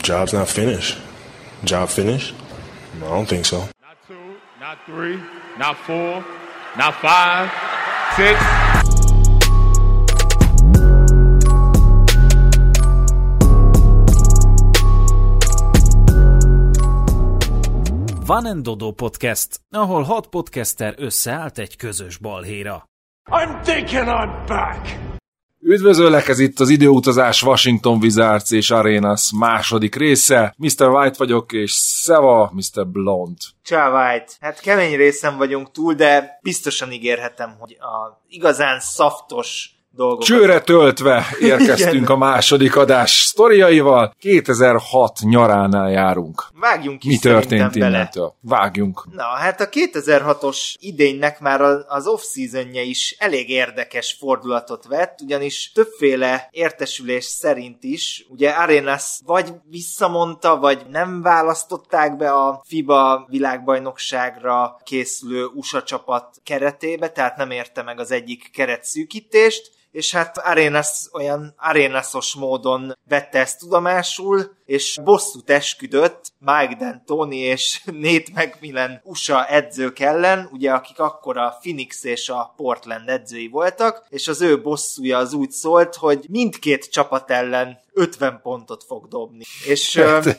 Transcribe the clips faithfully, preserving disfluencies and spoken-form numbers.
Job's not finished. Job finished? I don't think so. Not two, not three, not four, not five, six. Van and Dodo Podcast, ahol hat podcaster összeállt egy közös balhéra. I'm thinking I'm back! Üdvözöllek, ez itt az Időutazás Washington Wizards és Arenas második része. miszter White vagyok, és szeva, miszter Blond. Csá, White. Hát kemény részen vagyunk túl, de biztosan ígérhetem, hogy a igazán szaftos dolgokat... Csőre töltve érkeztünk a második adás sztoriaival. kétezer-hat nyaránál járunk. Vágjunk is. Mi történt bele. innentől? Vágjunk. Na, hát a kétezer-hatos idénynek már az off-seasonje is elég érdekes fordulatot vett, ugyanis többféle értesülés szerint is, ugye Arenas vagy visszamondta, vagy nem választották be a FIBA világbajnokságra készülő u es á csapat keretébe, tehát nem érte meg az egyik keretszűkítést, és hát Arenas olyan arenasos módon vette ezt tudomásul, és bosszút esküdött Mike D'Antoni és Nate McMillan u es á edzők ellen, ugye akik akkor a Phoenix és a Portland edzői voltak, és az ő bosszúja az úgy szólt, hogy mindkét csapat ellen ötven pontot fog dobni. És Hát,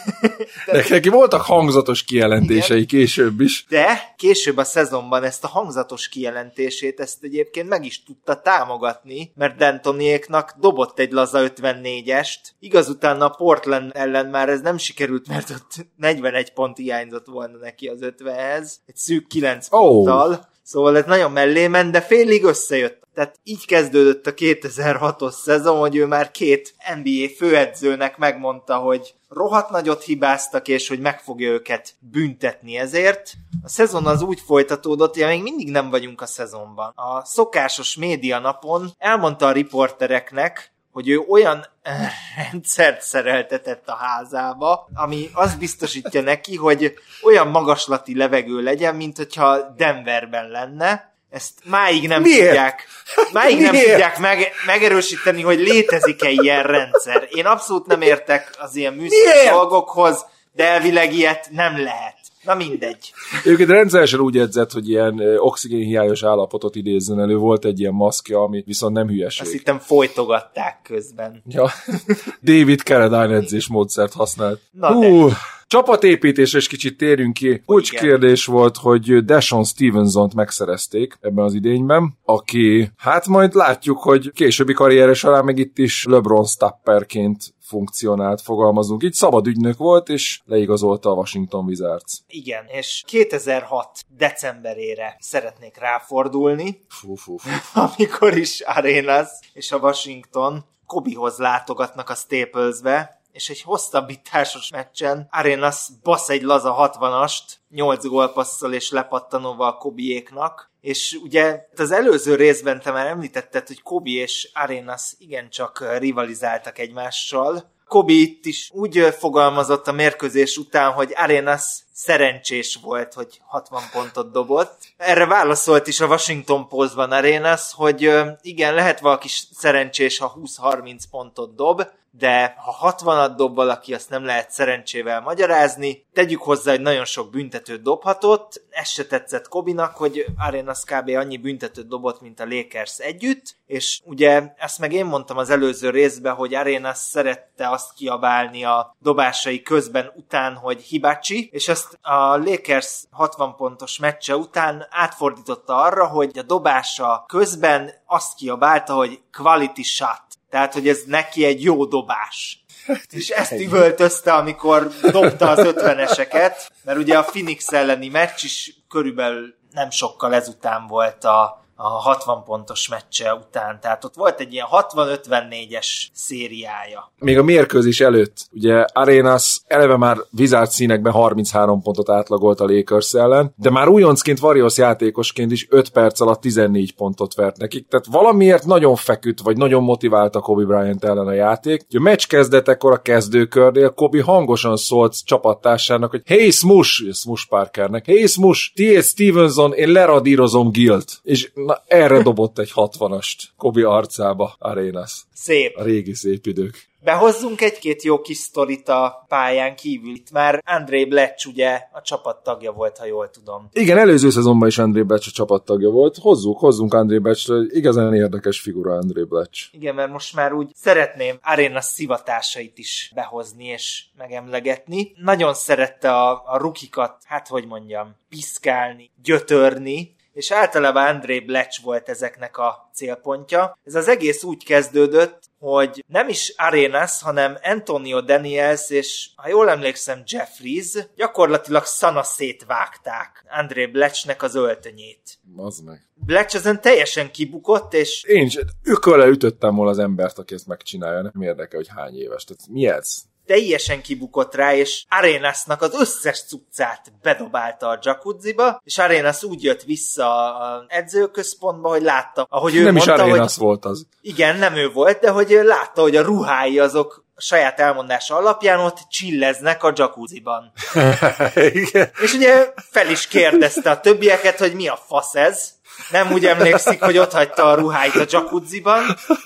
de... neki voltak hangzatos kijelentései, igen, később is. De később a szezonban ezt a hangzatos kijelentését, ezt egyébként meg is tudta támogatni, mert D'Antoniéknak dobott egy laza ötvennégyest, igaz utána a Portland ellen már ez nem sikerült, mert ott negyvenegy pont hiányzott volna neki az ötvenhez, egy szűk kilenc oh. ponttal, szóval ez nagyon mellé ment, de félig összejött. Tehát így kezdődött a kétezer-hatos szezon, hogy ő már két en bé á főedzőnek megmondta, hogy rohadt nagyot hibáztak, és hogy meg fogja őket büntetni ezért. A szezon az úgy folytatódott, hogy még mindig nem vagyunk a szezonban. A szokásos média napon elmondta a riportereknek, hogy ő olyan rendszert szereltetett a házába, ami azt biztosítja neki, hogy olyan magaslati levegő legyen, mint hogyha Denverben lenne. Ezt máig nem Miért? tudják, máig nem tudják meg, megerősíteni, hogy létezik-e ilyen rendszer. Én abszolút nem értek az ilyen műszaki dolgokhoz, de elvileg ilyet nem lehet. Na mindegy. Őket rendszeresen úgy edzett, hogy ilyen oxigénhiányos állapotot idézzen elő. Volt egy ilyen maszkja, ami viszont nem hülyeség. Azt hittem folytogatták közben. Ja. David Carradine edzésmódszert használt. Na Hú, csapatépítésre is kicsit térjünk ki. Úgy kérdés volt, hogy Deshaun Stevensont megszerezték ebben az idényben, aki, hát majd látjuk, hogy későbbi karriere során meg itt is LeBron stopperként funkcionált, fogalmazunk. Így szabad ügynök volt, és leigazolta a Washington Wizards. Igen, és kétezer-hat decemberére szeretnék ráfordulni, Fú, fú, fú. amikor is Arenas és a Washington Kobehoz látogatnak a Staplesbe, és egy hosszabbításos meccsen Arenas basz egy laza hatvanast, nyolc gólpasszal és lepattanóval Kobiéknak, és ugye az előző részben te már említetted, hogy Kobe és Arenas igencsak rivalizáltak egymással. Kobe itt is úgy fogalmazott a mérkőzés után, hogy Arenas szerencsés volt, hogy hatvan pontot dobott. Erre válaszolt is a Washington Postban Arenas, hogy igen, lehet valaki szerencsés, ha húsz-harminc pontot dob, de ha hatvanat dob valaki, azt nem lehet szerencsével magyarázni. Tegyük hozzá, hogy nagyon sok büntetőt dobhatott. Ez se tetszett Kobinak, hogy Arenas kb. Annyi büntetőt dobott, mint a Lakers együtt, és ugye ezt meg én mondtam az előző részben, hogy Arenas szerette azt kiabálni a dobásai közben után, hogy Hibachi, és ezt a Lakers hatvan pontos meccse után átfordította arra, hogy a dobása közben azt kiabálta, hogy quality shot. Tehát, hogy ez neki egy jó dobás. És ezt üvöltözte, amikor dobta az ötveneseket, mert ugye a Phoenix elleni meccs is körülbelül nem sokkal ezután volt a, a hatvan pontos meccse után. Tehát ott volt egy ilyen hatvan-ötvennégyes szériája. Még a mérkőzés előtt, ugye Arenas eleve már Wizards színekben harminchárom pontot átlagolt a Lakers ellen, de már újoncként Warriors játékosként is öt perc alatt tizennégy pontot vert nekik, tehát valamiért nagyon feküdt, vagy nagyon motiválta Kobe Bryant ellen a játék. A meccs kezdetekor a kezdőkörnél Kobe hangosan szólt csapattársának, hogy hey Smush, Smush Parkernek, hey Smush, T H. Stevenson, én leradírozom Gilt. És Na, erre dobott egy hatvanast Kobe arcába Arenas. Szép. A régi szép idők. Behozzunk egy-két jó kis sztorit a pályán kívül. Itt már André Bletch ugye a csapattagja volt, ha jól tudom. Igen, előző szezonban is André Bletch a csapattagja volt. Hozzuk, hozzunk André Bletch, igazán érdekes figura André Bletch. Igen, mert most már úgy szeretném Arenas szivatásait is behozni és megemlegetni. Nagyon szerette a, a rukikat, hát hogy mondjam, piszkálni, gyötörni, és általában André Bletch volt ezeknek a célpontja. Ez az egész úgy kezdődött, hogy nem is Arenas, hanem Antonio Daniels és, ha jól emlékszem, Jeffries gyakorlatilag szanaszét vágták André Bletchnek az öltönyét. Az meg. Bletch ezen teljesen kibukott, és... Én is ökölle ütöttem volna az embert, aki ezt megcsinálja. Nem érdekel, hogy hány éves. Tehát mi ez? teljesen kibukott rá, és Arenasnak az összes cuccát bedobálta a jacuzziba, és Arenas úgy jött vissza az edzőközpontba, hogy látta, ahogy ő nem mondta, is Arenas hogy... volt az. Igen, nem ő volt, de hogy látta, hogy a ruhái azok a saját elmondása alapján ott csilleznek a jacuzziban. És ugye fel is kérdezte a többieket, hogy mi a fasz ez. Nem úgy emlékszik, hogy ott hagyta a ruháit a jacuzziban.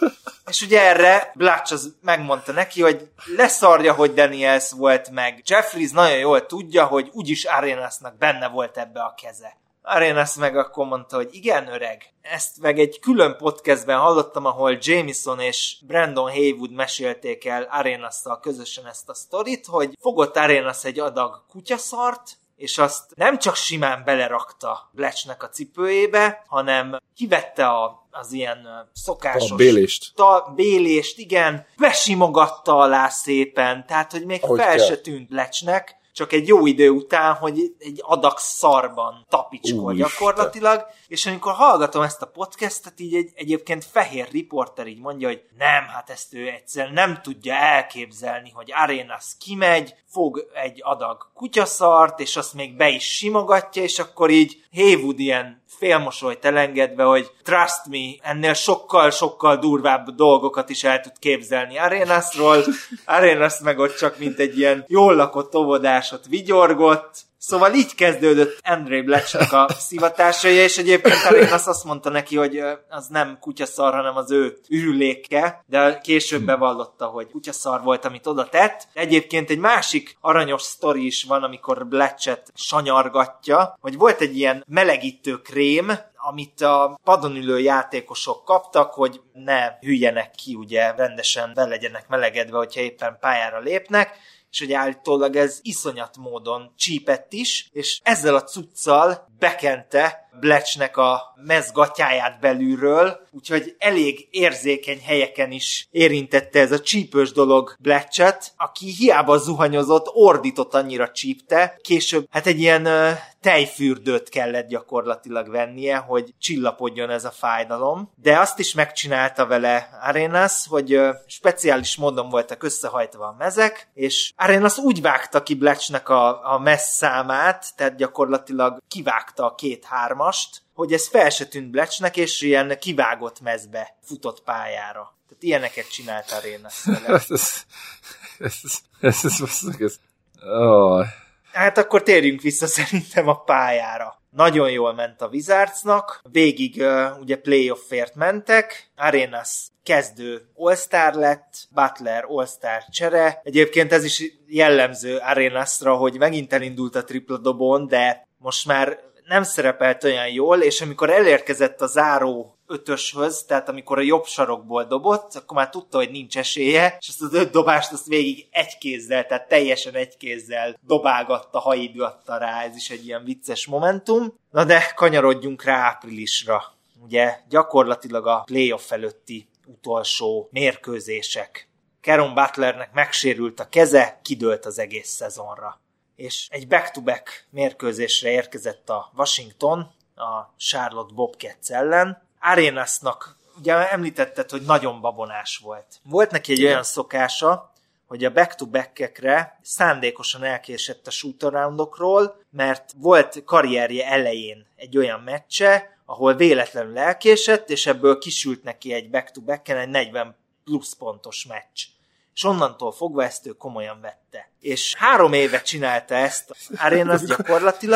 És ugye erre Blatch az megmondta neki, hogy leszarja, hogy Daniels volt meg. Jeffries nagyon jól tudja, hogy úgyis Arenasnak benne volt ebbe a keze. Arenas meg akkor mondta, hogy igen, öreg. Ezt meg egy külön podcastben hallottam, ahol Jameson és Brandon Haywood mesélték el Arenasszal közösen ezt a sztorit, hogy fogott Arenas egy adag kutyaszart, és azt nem csak simán belerakta Blatchnek a cipőjébe, hanem kivette a, az ilyen szokásos... A bélést. Ta, bélést, igen, besimogatta alá szépen, tehát, hogy még ahogy fel kell. se tűnt Blatchnek, csak egy jó idő után, hogy egy adag szarban tapicskol Új gyakorlatilag, Isten. És amikor hallgatom ezt a podcastet, így egy, egyébként fehér riporter így mondja, hogy nem, hát ezt ő egyszer nem tudja elképzelni, hogy Arenas kimegy, fog egy adag kutyaszart, és azt még be is simogatja, és akkor így Haywood ilyen félmosolyt elengedve, hogy trust me, ennél sokkal-sokkal durvább dolgokat is el tud képzelni Arenasról. Arenas meg ott csak mint egy ilyen jól lakott óvodásot vigyorgott. Szóval így kezdődött André Blatchnak a szivatásaja, és egyébként Arenas azt mondta neki, hogy az nem kutyaszar, hanem az ő ürüléke, de később bevallotta, hogy kutyaszar volt, amit oda tett. Egyébként egy másik aranyos sztori is van, amikor Blatchet sanyargatja, hogy volt egy ilyen melegítő krém, amit a padon ülő játékosok kaptak, hogy ne hűljenek ki, ugye rendesen be legyenek melegedve, hogyha éppen pályára lépnek, és hogy állítólag ez iszonyat módon csípett is, és ezzel a cuccal bekente Blatchnek a mezgatyáját belülről, úgyhogy elég érzékeny helyeken is érintette ez a csípős dolog Blatchet, aki hiába zuhanyozott, ordított, annyira csípte. Később hát egy ilyen uh, tejfürdőt kellett gyakorlatilag vennie, hogy csillapodjon ez a fájdalom. De azt is megcsinálta vele Arenas, hogy uh, speciális módon voltak összehajtva a mezek, és Arenas úgy vágta ki Blatchnek a, a mezz számát, tehát gyakorlatilag kivágta a két-hármast, hogy ez fel se tűnt Blatchnek, és ilyen kivágott mezbe futott pályára. Tehát ilyeneket csinált Arenas vele. ez, ez, ez, ez, ez, ez, oh. Hát akkor térjünk vissza szerintem a pályára. Nagyon jól ment a Wizardsnak, végig uh, ugye playoffért mentek, Arenas kezdő All-Star lett, Butler All-Star csere. Egyébként ez is jellemző Arenasra, hogy megint elindult a tripla dobón, de most már nem szerepelt olyan jól, és amikor elérkezett a záró ötöshöz, tehát amikor a jobb sarokból dobott, akkor már tudta, hogy nincs esélye, és azt az öt dobást azt végig egy kézzel, tehát teljesen egy kézzel dobálgatta, hajítgatta rá, ez is egy ilyen vicces momentum. Na de kanyarodjunk rá áprilisra. Ugye gyakorlatilag a playoff előtti utolsó mérkőzések. Caron Butlernek megsérült a keze, kidőlt az egész szezonra. És egy back-to-back mérkőzésre érkezett a Washington, a Charlotte Bobcats ellen. Arenasnak, ugye említetted, hogy nagyon babonás volt. Volt neki egy olyan szokása, hogy a back-to-back-ekre szándékosan elkésett a shootaroundokról, mert volt karrierje elején egy olyan meccse, ahol véletlenül elkésett, és ebből kisült neki egy back-to-backen egy negyven plusz pontos meccs. És onnantól fogva ezt ő komolyan vette. És három éve csinálta ezt Arenas gyakorlatilag,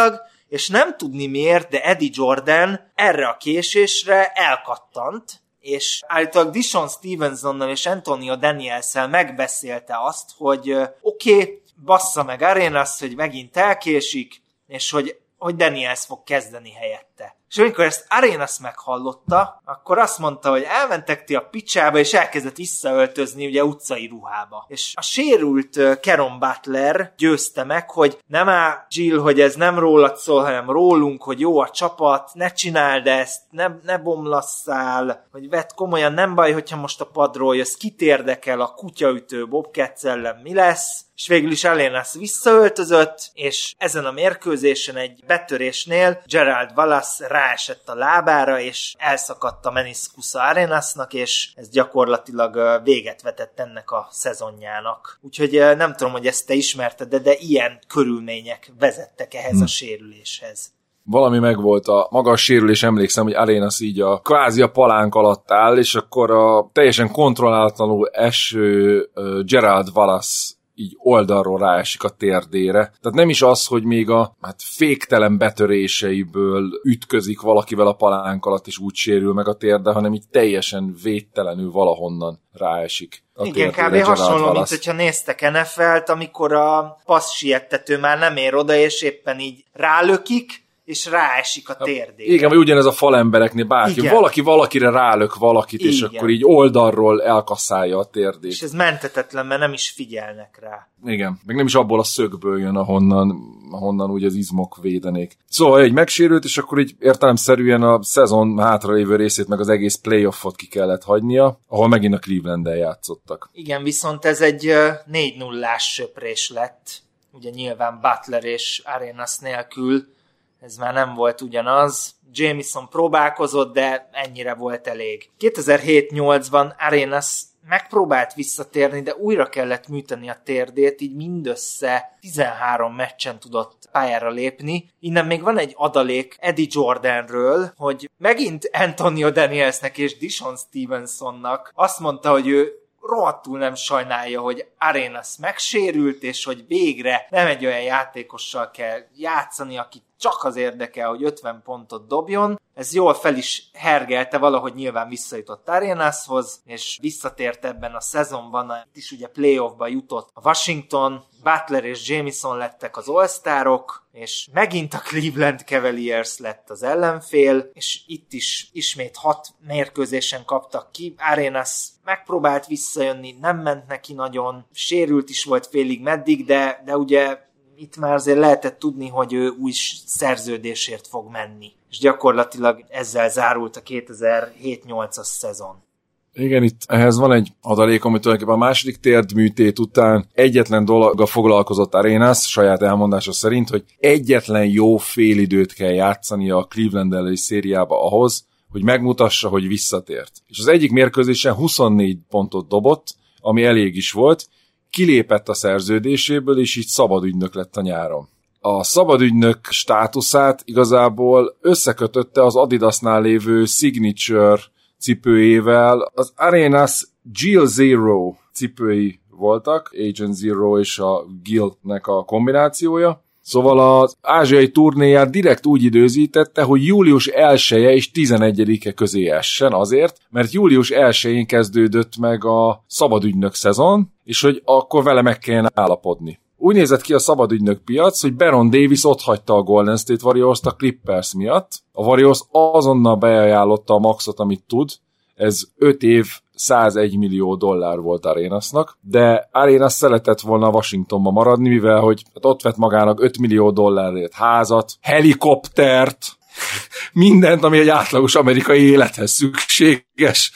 és nem tudni miért, de Eddie Jordan erre a késésre elkattant, és állítólag Deshaun Stevensonnal és Antonio Danielssel megbeszélte azt, hogy oké, okay, bassza meg Arenas, hogy megint elkésik, és hogy, hogy Daniels fog kezdeni helyette. És amikor ezt Arenas meghallotta, akkor azt mondta, hogy elmentek ti a picsába, és elkezdett visszaöltözni ugye utcai ruhába. És a sérült Caron Butler győzte meg, hogy nem áll Jill, hogy ez nem rólad szól, hanem rólunk, hogy jó a csapat, ne csináld ezt, ne, ne bomlasszál, hogy vedd komolyan, nem baj, hogyha most a padról jössz, kit érdekel a kutyaütő Bobcats ellen mi lesz. És végül is Arenas visszaöltözött, és ezen a mérkőzésen egy betörésnél Gerald Wallace ráesett a lábára, és elszakadt a meniszkusza Arenasnak, és ez gyakorlatilag véget vetett ennek a szezonjának. Úgyhogy nem tudom, hogy ezt te ismerted, de, de ilyen körülmények vezettek ehhez hmm. a sérüléshez. Valami megvolt a maga a sérülés, emlékszem, hogy Arenas így a kvázi a palánk alatt áll, és akkor a teljesen kontrollálatlanul eső uh, Gerald Wallace így oldalról ráesik a térdére. Tehát nem is az, hogy még a hát féktelen betöréseiből ütközik valakivel a palánk alatt, és úgy sérül meg a térde, hanem így teljesen védtelenül valahonnan ráesik. Igen, kb. Hasonló, mint hogyha néztek en ef el-t, amikor a passz siettető már nem ér oda, és éppen így rálökik, és ráesik a térdére. Igen, vagy ugyanez a falembereknél bárki. Igen. Valaki valakire rálök valakit, és igen. akkor így oldalról elkasszálja a térdét. És ez menthetetlen, mert nem is figyelnek rá. Igen, meg nem is abból a szögből jön, ahonnan, ahonnan úgy az izmok védenék. Szóval egy megsérült, és akkor így értelemszerűen a szezon hátralévő részét, meg az egész playoffot ki kellett hagynia, ahol megint a Cleveland-del játszottak. Igen, viszont ez egy négy nullás söprés lett. Ugye nyilván Butler és Arenas nélkül. Ez már nem volt ugyanaz. Jamison próbálkozott, de ennyire volt elég. kétezer-hét nyolcban Arenas megpróbált visszatérni, de újra kellett műteni a térdét, így mindössze tizenhárom meccsen tudott pályára lépni. Innen még van egy adalék Eddie Jordanről, hogy megint Antonio Danielsnek és Deshaun Stevensonnak azt mondta, hogy ő rohadtul nem sajnálja, hogy Arenas megsérült, és hogy végre nem egy olyan játékossal kell játszani, aki csak az érdekel, hogy ötven pontot dobjon. Ez jól fel is hergelte, valahogy nyilván visszajutott Arenashoz, és visszatért ebben a szezonban, itt is ugye playoffba jutott a Washington, Butler és Jamison lettek az All-Starok, és megint a Cleveland Cavaliers lett az ellenfél, és itt is ismét hat mérkőzésen kaptak ki. Arenas megpróbált visszajönni, nem ment neki nagyon, sérült is volt félig meddig, de, de ugye itt már azért lehetett tudni, hogy ő új szerződésért fog menni. És gyakorlatilag ezzel zárult a kétezer-hét nyolcas szezon. Igen, itt ehhez van egy adalék, amit tulajdonképpen a második térdműtét után egyetlen dologgal foglalkozott Arenas, saját elmondása szerint, hogy egyetlen jó félidőt kell játszania a Cleveland elleni szériába ahhoz, hogy megmutassa, hogy visszatért. És az egyik mérkőzésen huszonnégy pontot dobott, ami elég is volt, kilépett a szerződéséből, és így szabadügynök lett a nyáron. A szabadügynök státuszát igazából összekötötte az Adidasnál lévő Signature cipőjével. Az Arenas Gill Zero cipői voltak, Agent Zero és a Gill-nek a kombinációja. Szóval az ázsiai turnéját direkt úgy időzítette, hogy július elseje és tizenegyedike közé essen azért, mert július elsején kezdődött meg a szabadügynök szezon, és hogy akkor vele meg kelljen állapodni. Úgy nézett ki a szabadügynök piac, hogy Baron Davis otthagyta a Golden State Warriors-t a Clippers miatt. A Warriors azonnal beajánlotta a maxot, amit tud. Ez öt év, százegy millió dollár volt Arenasnak, de Arenas szeretett volna Washingtonba maradni, mivel hogy ott vett magának öt millió dollárért házat, helikoptert, mindent, ami egy átlagos amerikai élethez szükséges.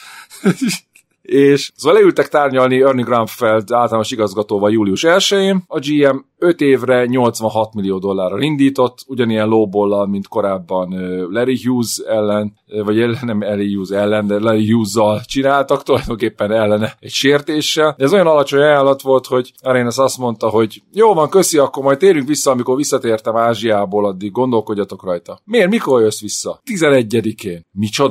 És szóval leültek tárgyalni Ernie Grunfeld általános igazgatóval július elsején. A gé em öt évre nyolcvanhat millió dollárral indított, ugyanilyen lowball-lal, mint korábban Larry Hughes ellen, vagy nem Larry Hughes ellen, de Larry Hughes-zal csináltak, tulajdonképpen ellene egy sértéssel. De ez olyan alacsony ajánlat volt, hogy Arenas azt mondta, hogy jó van, köszi, akkor majd térünk vissza, amikor visszatértem Ázsiából, addig gondolkodjatok rajta. Miért? Mikor jössz vissza? tizenegyedikén. Micsoda?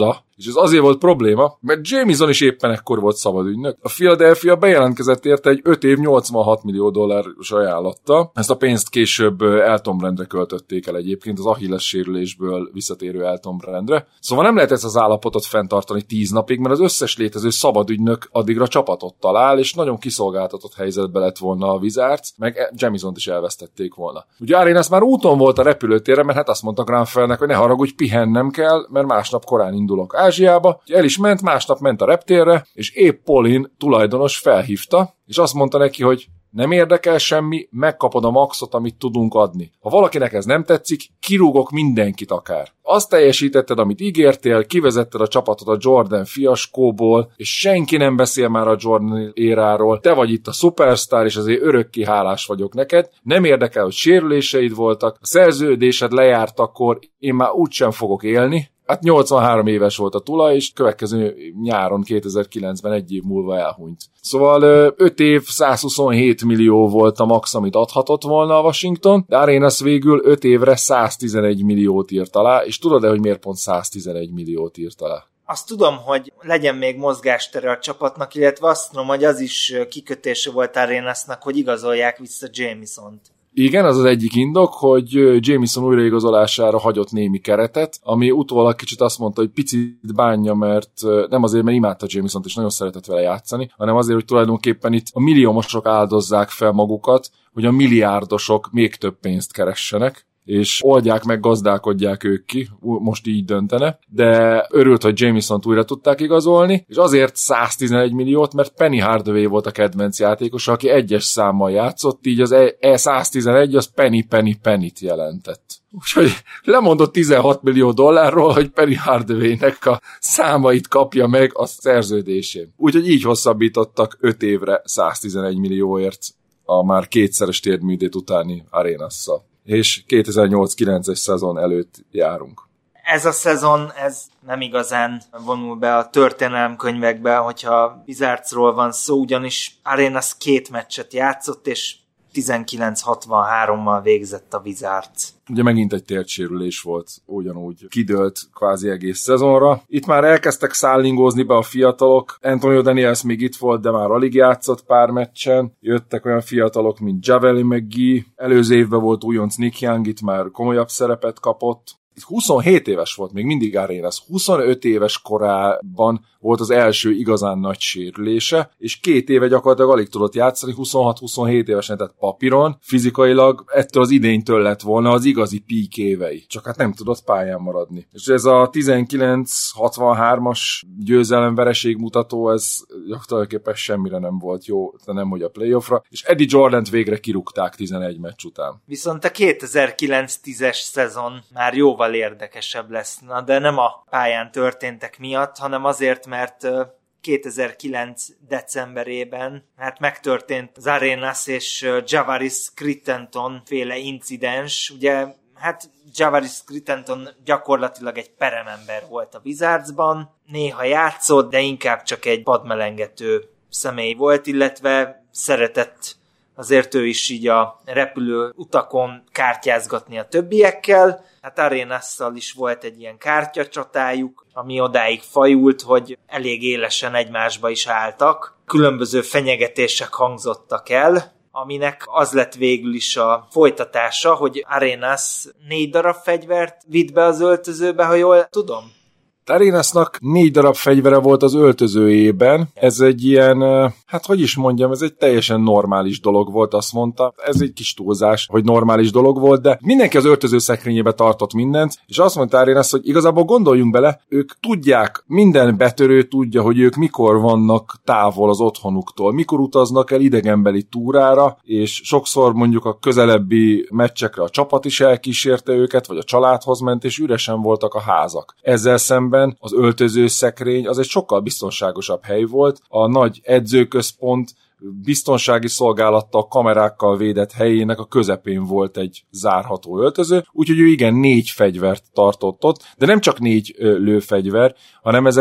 És ez azért volt probléma, mert Jamieson is éppen ekkor volt szabadügynök. A Philadelphia bejelentkezett érte egy öt év nyolcvanhat millió dolláros ajánlatta. Ezt a pénzt később Elton Brandre költötték el egyébként, az Achilles sérülésből visszatérő Elton Brandre. Szóval nem lehet ezt az állapotot fenntartani tíz napig, mert az összes létező szabadügynök addigra csapatot talál, és nagyon kiszolgáltatott helyzetbe lett volna a Wizards, meg Jamisont is elvesztették volna. Ugye Arenas már úton volt a repülőtérre, mert hát azt mondta Grunfellnek, hogy ne haragudj, pihennem kell, mert másnap korán indulok Ázsiába. El is ment, másnap ment a reptérre, és épp Paulin tulajdonos felhívta, és azt mondta neki, hogy nem érdekel semmi, megkapod a maxot, amit tudunk adni. Ha valakinek ez nem tetszik, kirúgok mindenkit akár. Azt teljesítetted, amit ígértél, kivezetted a csapatot a Jordan fiaskóból, és senki nem beszél már a Jordan éráról. Te vagy itt a szupersztár, és azért örökké hálás vagyok neked. Nem érdekel, hogy sérüléseid voltak, a szerződésed lejárt akkor, én már úgysem fogok élni. Hát nyolcvanhárom éves volt a tulaj, és következő nyáron kétezer-kilencben egy év múlva elhunyt. Szóval öt év százhuszonhét millió volt a max, amit adhatott volna a Washington, de Arenas végül öt évre száztizenegy milliót írt alá, és tudod-e, hogy miért pont száztizenegy milliót írt alá? Azt tudom, hogy legyen még mozgástere a csapatnak, illetve azt tudom, hogy az is kikötése volt Arenasnak, hogy igazolják vissza Jamisont. Igen, az az egyik indok, hogy Jamison újraigazolására hagyott némi keretet, ami utólag kicsit azt mondta, hogy picit bánja, mert nem azért, mert imádta Jamisont és nagyon szeretett vele játszani, hanem azért, hogy tulajdonképpen itt a milliómosok áldozzák fel magukat, hogy a milliárdosok még több pénzt keressenek, és oldják meg, gazdálkodják ők ki, most így döntene, de örült, hogy Jamisont újra tudták igazolni, és azért száztizenegy milliót, mert Penny Hardaway volt a kedvenc játékos, aki egyes számmal játszott, így az E száztizenegy az Penny, Penny, Pennyt jelentett. Úgyhogy lemondott tizenhat millió dollárról, hogy Penny Hardaway-nek a számait kapja meg a szerződésén. Úgyhogy így hosszabbítottak öt évre száztizenegy millióért a már kétszeres térdműdét utáni Arenasszal. És kétezer-nyolc kilences szezon előtt járunk. Ez a szezon, ez nem igazán vonul be a történelemkönyvekbe, hogyha Wizardsról van szó, ugyanis Arenas két meccset játszott, és tizenkilenc hatvanhárommal végzett a Wizards. Ugye megint egy térdsérülés volt, ugyanúgy kidőlt kvázi egész szezonra. Itt már elkezdtek szállingózni be a fiatalok. Antonio Daniels még itt volt, de már alig játszott pár meccsen. Jöttek olyan fiatalok, mint Javeli McGee. Előző évben volt újonc Nick Young, itt már komolyabb szerepet kapott. huszonhét éves volt még mindig Arenas, huszonöt éves korában volt az első igazán nagy sérülése, és két éve gyakorlatilag alig tudott játszani, huszonhat-huszonhét évesen, tehát papíron, fizikailag ettől az idénytől lett volna az igazi peak évei. Csak hát nem tudott pályán maradni. És ez a tizenkilenc hatvanhármas győzelem-vereség mutató, ez tulajdonképpen semmire nem volt jó, de nem hogy a playoffra, és Eddie Jordant végre kirúgták tizenegy meccs után. Viszont a kétezer-kilenc tízes szezon már jóval érdekesebb lesz, na, de nem a pályán történtek miatt, hanem azért, mert kétezer-kilenc decemberében hát megtörtént az Arenas és Javaris Crittenton féle incidens. Ugye hát Javaris Crittenton gyakorlatilag egy peremember volt a Wizardsban, néha játszott, de inkább csak egy padmelengető személy volt, illetve szeretett azért ő is így a repülő utakon kártyázgatni a többiekkel. Hát Arenasszal is volt egy ilyen kártyacsatájuk, ami odáig fajult, hogy elég élesen egymásba is álltak. Különböző fenyegetések hangzottak el, aminek az lett végül is a folytatása, hogy Arenas négy darab fegyvert vitt be az öltözőbe, ha jól tudom. Arenasnak négy darab fegyvere volt az öltözőjében. Ez egy ilyen, hát hogy is mondjam, ez egy teljesen normális dolog volt, azt mondta. Ez egy kis túlzás, hogy normális dolog volt, de mindenki az öltöző szekrényébe tartott mindent, és azt mondta Arenas, hogy igazából gondoljunk bele, ők tudják, minden betörő tudja, hogy ők mikor vannak távol az otthonuktól, mikor utaznak el idegenbeli túrára, és sokszor mondjuk a közelebbi meccsekre a csapat is elkísérte őket, vagy a családhoz ment, és üresen voltak a házak. Ezzel szemben az öltözőszekrény az egy sokkal biztonságosabb hely volt, a nagy edzőközpont biztonsági szolgálattal, kamerákkal védett helyének a közepén volt egy zárható öltöző, úgyhogy ő igen négy fegyvert tartott ott, de nem csak négy ö, lőfegyver, hanem ezek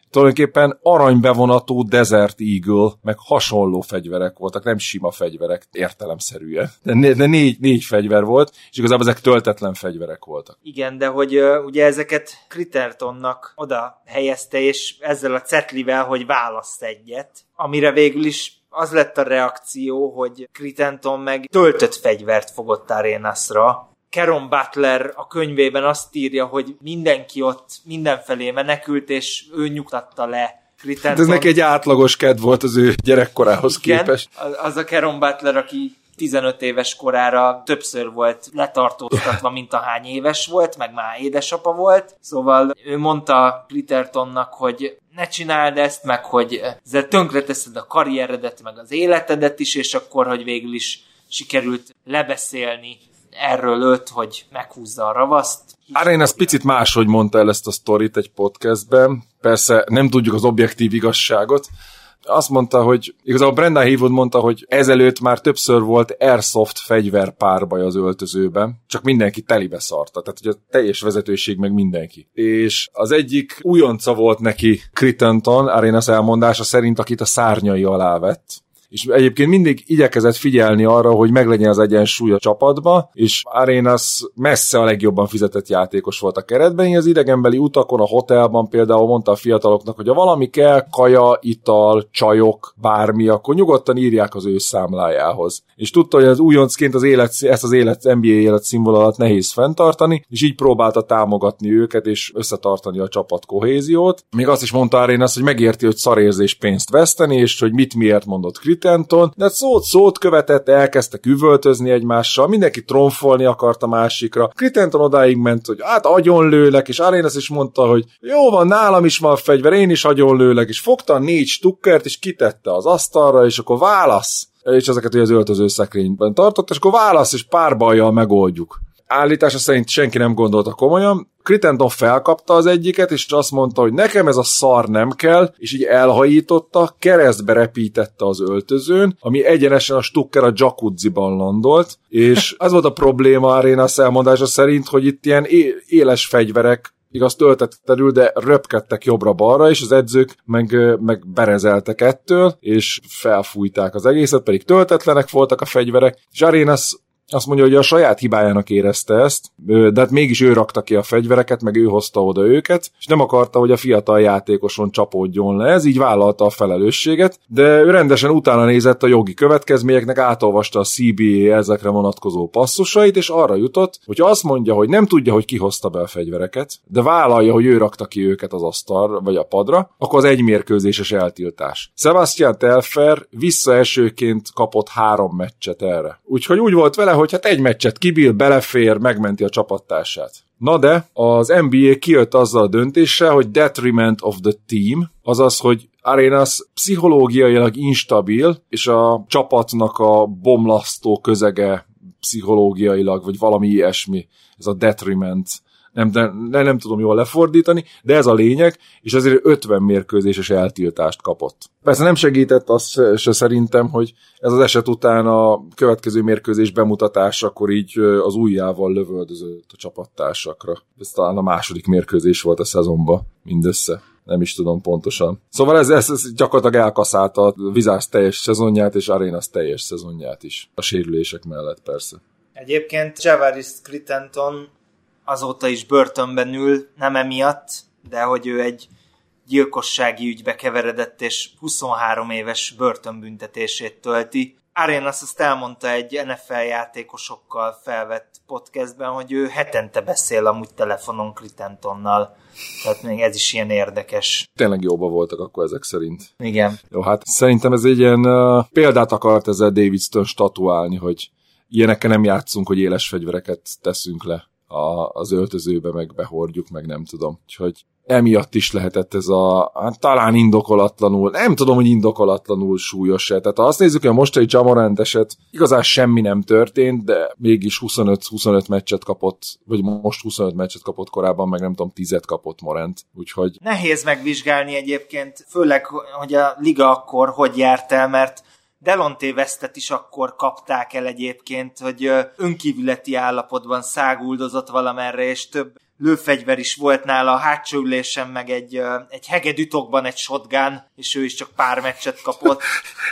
tulajdonképpen aranybevonatú Desert Eagle, meg hasonló fegyverek voltak, nem sima fegyverek értelemszerűen. De, né- de négy, négy fegyver volt, és igazából ezek töltetlen fegyverek voltak. Igen, de hogy uh, ugye ezeket Crittertonnak oda helyezte, és ezzel a cetlivel, hogy választ egyet, amire végül is az lett a reakció, hogy Critterton meg töltött fegyvert fogott Arenasra. Caron Butler a könyvében azt írja, hogy mindenki ott mindenfelé menekült, és ő nyugtatta le Critterton. Hát ez neki egy átlagos kedv volt az ő gyerekkorához Igen, képest. Az a Caron Butler, aki tizenöt éves korára többször volt letartóztatva, mint ahány éves volt, meg már édesapa volt. Szóval ő mondta Crittertonnak, hogy ne csináld ezt, meg hogy ezzel tönkreteszed a karrieredet, meg az életedet is, és akkor, hogy végül is sikerült lebeszélni erről őt, hogy meghúzza a ravaszt. Arenas picit máshogy mondta el ezt a sztorit egy podcastben. Persze nem tudjuk az objektív igazságot. Azt mondta, hogy igazából Brendan Haywood mondta, hogy ezelőtt már többször volt Airsoft fegyver párbaj az öltözőben, csak mindenki telibe szarta, tehát hogy a teljes vezetőség meg mindenki. És az egyik újonca volt neki Critterton, Arenas elmondása szerint, akit a szárnyai alá vett. És egyébként mindig igyekezett figyelni arra, hogy meglegyen az egyensúly a csapatba, és Arenas messze a legjobban fizetett játékos volt a keretben, az idegenbeli utakon, a hotelban például mondta a fiataloknak, hogy ha valami kell, kaja, ital, csajok, bármi, akkor nyugodtan írják az ő számlájához. És tudta, hogy az újoncként az élet, ezt az élet, en bé á élet színvonalat nehéz fenntartani, és így próbálta támogatni őket, és összetartani a csapat kohéziót. Még azt is mondta Arenas, hogy megérti, hogy szarérzés pénzt veszteni, és hogy mit miért mondott Critterton, de szót-szót követett, elkezdtek üvöltözni egymással, mindenki tromfolni akart a másikra. Critterton odáig ment, hogy hát agyonlőlek, és Arenas is mondta, hogy jó van, nálam is van fegyver, én is agyonlőlek, és fogta a négy stukkert, és kitette az asztalra, és akkor válasz. És ezeket ugye az öltöző szekrényben tartott, és akkor válasz, és pár bajjal megoldjuk. Állítása szerint senki nem gondolta komolyan. Critterton felkapta az egyiket, és azt mondta, hogy nekem ez a szar nem kell, és így elhajította, keresztbe repítette az öltözőn, ami egyenesen a stukker a jacuzziban landolt, és az volt a probléma Arenas elmondása szerint, hogy itt ilyen é- éles fegyverek, igaz töltetlenül, de röpkedtek jobbra-balra, és az edzők meg, meg berezeltek ettől, és felfújták az egészet, pedig töltetlenek voltak a fegyverek, és Arenas azt mondja, hogy a saját hibájának érezte ezt, de hát mégis ő rakta ki a fegyvereket, meg ő hozta oda őket, és nem akarta, hogy a fiatal játékoson csapódjon le, ez így vállalta a felelősséget, de ő rendesen utána nézett a jogi következményeknek, átolvasta a cé bé á ezekre vonatkozó passzusait, és arra jutott, hogy azt mondja, hogy nem tudja, hogy ki hozta be a fegyvereket, de vállalja, hogy ő rakta ki őket az asztalra, vagy a padra, akkor az egymérkőzéses eltiltás. Sebastian Telfair visszaesőként kapott három meccset erre. Úgyhogy úgy volt vele, hogy hát egy meccset kibír, belefér, megmenti a csapattársát. Na de az en bé á kijött azzal a döntéssel, hogy detriment of the team, azaz, hogy Arenas pszichológiailag instabil, és a csapatnak a bomlasztó közege pszichológiailag, vagy valami ilyesmi, ez a detriment. Nem, nem, nem tudom jól lefordítani, de ez a lényeg, és azért ötven mérkőzéses eltiltást kapott. Persze nem segített az se szerintem, hogy ez az eset után a következő mérkőzés bemutatásakor így az ujjával lövöldözött a csapattársakra. Ez talán a második mérkőzés volt a szezonban mindössze. Nem is tudom pontosan. Szóval ez, ez, ez gyakorlatilag elkaszálta a Wizards teljes szezonját, és Arenas teljes szezonját is. A sérülések mellett persze. Egyébként Javaris Critterton azóta is börtönben ül, nem emiatt, de hogy ő egy gyilkossági ügybe keveredett, és huszonhárom éves börtönbüntetését tölti. Arenas azt elmondta egy en ef el játékosokkal felvett podcastben, hogy ő hetente beszél amúgy telefonon Crittertonnal. Tehát még ez is ilyen érdekes. Tényleg jóba voltak akkor ezek szerint. Igen. Jó, hát szerintem ez egy ilyen uh, példát akart ezzel David Stern statuálni, hogy ilyenekkel nem játszunk, hogy éles fegyvereket teszünk le a, az öltözőbe, meg behordjuk, meg nem tudom. Úgyhogy emiatt is lehetett ez a, hát talán indokolatlanul, nem tudom, hogy indokolatlanul súlyos-e. Tehát ha azt nézzük, hogy a mostani Ja Morant eset igazán semmi nem történt, de mégis huszonöt meccset kapott, vagy most huszonöt meccset kapott, korábban meg nem tudom, tízet kapott Morant. Úgyhogy... Nehéz megvizsgálni egyébként, főleg, hogy a liga akkor hogy járt el, mert Delonte Westet is akkor kapták el egyébként, hogy önkívületi állapotban száguldozott valamerre, és több lőfegyver is volt nála a hátsó ülésen, meg egy, egy hegedűtokban egy shotgun, és ő is csak pár meccset kapott.